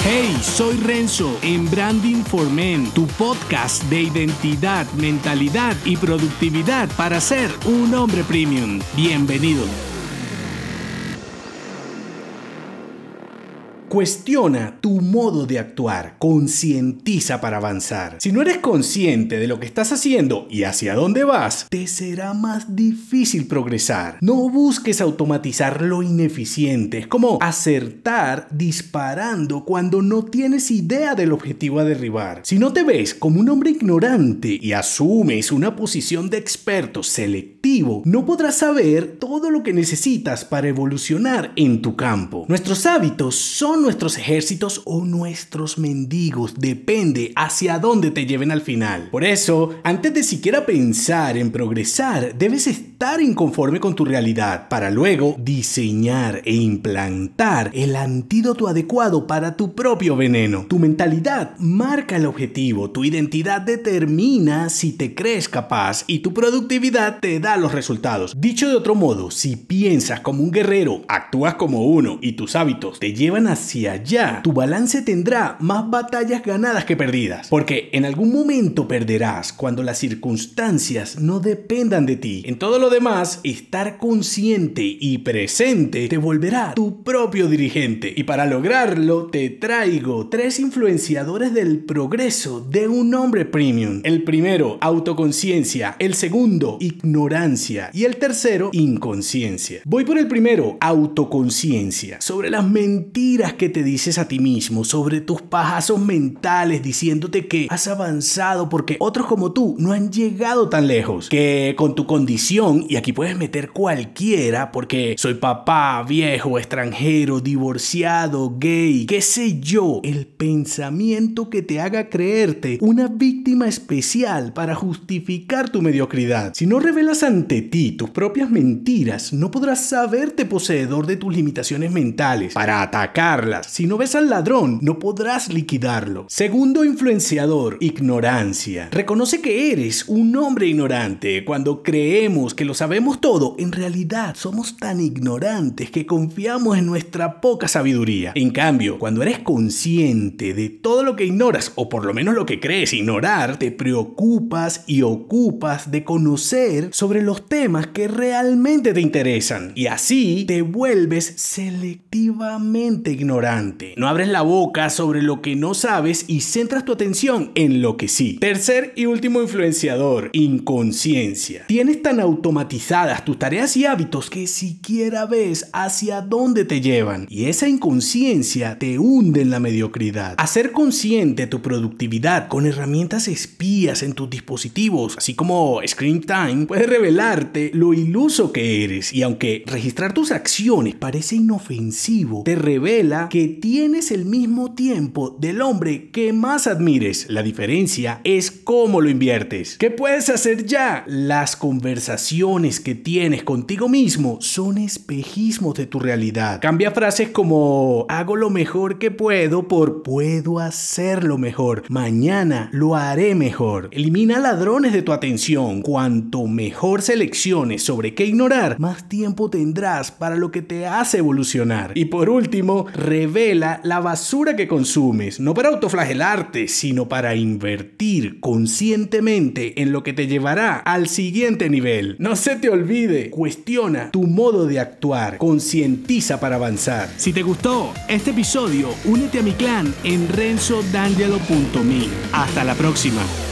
Hey, soy Renzo en Branding for Men, tu podcast de identidad, mentalidad y productividad para ser un hombre premium. Bienvenido. Cuestiona tu modo de actuar, concientiza para avanzar. Si no eres consciente de lo que estás haciendo y hacia dónde vas, te será más difícil progresar. No busques automatizar lo ineficiente, es como acertar disparando cuando no tienes idea del objetivo a derribar. Si no te ves como un hombre ignorante y asumes una posición de experto selectivo, no podrás saber todo lo que necesitas para evolucionar en tu campo. Nuestros hábitos son nuestros ejércitos o nuestros mendigos, depende hacia dónde te lleven al final. Por eso, antes de siquiera pensar en progresar, debes estar inconforme con tu realidad para luego diseñar e implantar el antídoto adecuado para tu propio veneno. Tu mentalidad marca el objetivo, tu identidad determina si te crees capaz y tu productividad te da los resultados. Dicho de otro modo, si piensas como un guerrero, actúas como uno y tus hábitos te llevan hacia allá, tu balance tendrá más batallas ganadas que perdidas, porque en algún momento perderás cuando las circunstancias no dependan de ti. En todo lo demás, estar consciente y presente te volverá tu propio dirigente, y para lograrlo te traigo 3 influenciadores del progreso de un hombre premium. El primero, autoconciencia; el segundo, ignorancia; y el tercero, inconsciencia. Voy por el primero, autoconciencia. Sobre las mentiras que te dices a ti mismo, sobre tus pajazos mentales diciéndote que has avanzado porque otros como tú no han llegado tan lejos, que con tu condición, y aquí puedes meter cualquiera porque soy papá, viejo, extranjero, divorciado, gay, qué sé yo, el pensamiento que te haga creerte una víctima especial para justificar tu mediocridad. Si no revelas ante ti tus propias mentiras, no podrás saberte poseedor de tus limitaciones mentales para atacarlas. Si no ves al ladrón, no podrás liquidarlo. Segundo influenciador, ignorancia. Reconoce que eres un hombre ignorante. Cuando creemos que lo sabemos todo, en realidad somos tan ignorantes que confiamos en nuestra poca sabiduría. En cambio, cuando eres consciente de todo lo que ignoras, o por lo menos lo que crees ignorar, te preocupas y ocupas de conocer sobre los temas que realmente te interesan. Y así te vuelves selectivamente ignorante. No abres la boca sobre lo que no sabes y centras tu atención en lo que sí. Tercer y último influenciador, inconsciencia. Tienes tan automatizadas tus tareas y hábitos que siquiera ves hacia dónde te llevan, y esa inconsciencia te hunde en la mediocridad. Hacer consciente tu productividad con herramientas espías en tus dispositivos, así como Screen Time, puede revelarte lo iluso que eres, y aunque registrar tus acciones parece inofensivo, te revela que tienes el mismo tiempo del hombre que más admires. La diferencia es cómo lo inviertes. ¿Qué puedes hacer ya? Las conversaciones que tienes contigo mismo son espejismos de tu realidad. Cambia frases como hago lo mejor que puedo por puedo hacerlo mejor. Mañana lo haré mejor. Elimina ladrones de tu atención. Cuanto mejor selecciones sobre qué ignorar, más tiempo tendrás para lo que te hace evolucionar. Y por último, revela la basura que consumes, no para autoflagelarte, sino para invertir conscientemente en lo que te llevará al siguiente nivel. No se te olvide, cuestiona tu modo de actuar, concientiza para avanzar. Si te gustó este episodio, únete a mi clan en renzodangelo.me. Hasta la próxima.